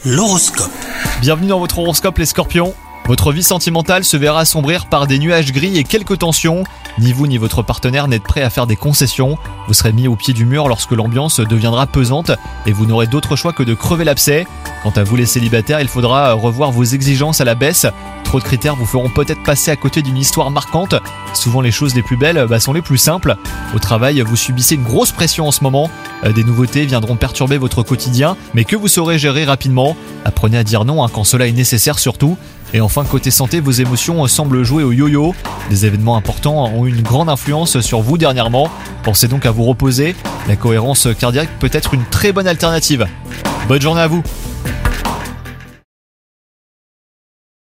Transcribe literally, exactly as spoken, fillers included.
L'horoscope. Bienvenue dans votre horoscope les scorpions. Votre vie sentimentale se verra assombrir par des nuages gris et quelques tensions. Ni vous ni votre partenaire n'êtes prêts à faire des concessions. Vous serez mis au pied du mur lorsque l'ambiance deviendra pesante et vous n'aurez d'autre choix que de crever l'abcès. Quant à vous les célibataires, il faudra revoir vos exigences à la baisse. Trop de critères vous feront peut-être passer à côté d'une histoire marquante. Souvent les choses les plus belles bah, sont les plus simples. Au travail, vous subissez une grosse pression en ce moment. Des nouveautés viendront perturber votre quotidien, mais que vous saurez gérer rapidement. Apprenez à dire non hein, quand cela est nécessaire surtout. Et enfin, côté santé, vos émotions semblent jouer au yo-yo. Des événements importants ont eu une grande influence sur vous dernièrement. Pensez donc à vous reposer. La cohérence cardiaque peut être une très bonne alternative. Bonne journée à vous!